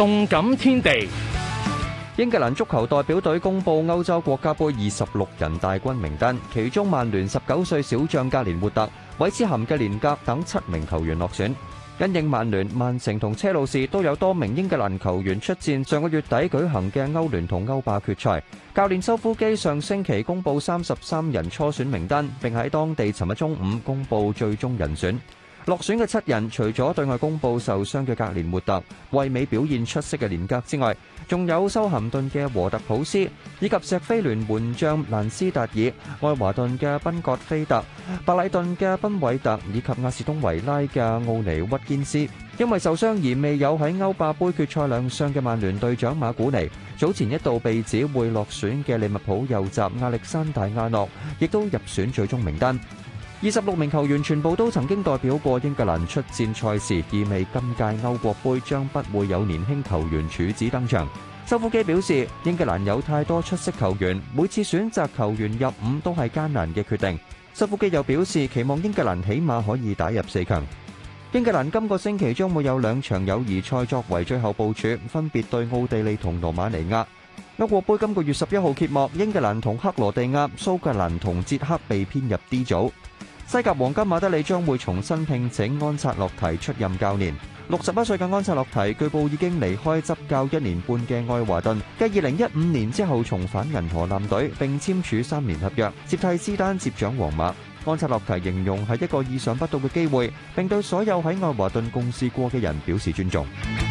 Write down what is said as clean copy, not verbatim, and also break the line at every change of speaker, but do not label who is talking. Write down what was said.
動感天地，
英格蘭足球代表隊公布歐洲國家杯26人大軍名單，其中曼聯19歲小將格連活特、韋斯咸嘅連格等7名球員落選。因應曼聯、曼城同車路士都有多名英格蘭球員出戰上個月底舉行嘅歐聯同歐霸決賽，教練修夫基上星期公布33人初選名單，並喺當地尋日中午公布最終人選。落選嘅7人，除咗對外公佈受傷嘅格連活特、衛冕表現出色嘅連格之外，仲有修咸頓嘅禾特普斯，以及錫菲聯門將蘭斯達爾、愛華頓嘅賓葛菲特、白禮頓嘅賓韋特以及亞士東維拉嘅奧尼屈堅斯。因為受傷而未有喺歐霸杯決賽亮相嘅曼聯隊長馬古尼，早前一度被指會落選嘅利物浦右閘亞歷山大亞諾，亦都入選最終名單。26名球員全部都曾經代表過英格蘭出戰賽事，意味今屆歐國杯將不會有年輕球員處子登場。修夫基表示，英格蘭有太多出色球員，每次選擇球員入伍都係艱難嘅決定。修夫基又表示，期望英格蘭起碼可以打入4強。英格蘭今個星期將會有2場友誼賽作為最後部署，分別對奧地利同羅馬尼亞。歐國杯今個月11號揭幕，英格蘭同克羅地亞、蘇格蘭同捷克被編入 D 組。西甲黃金馬德里將會重新聘請安察洛提出任教練。61歲嘅安察洛提據報已經離開執教1年半嘅愛華頓，繼2015年之後重返銀河艦隊並簽署3年合約，接替斯丹接掌皇馬。安察洛提形容係一個意想不到嘅機會，並對所有喺愛華頓共事過嘅人表示尊重。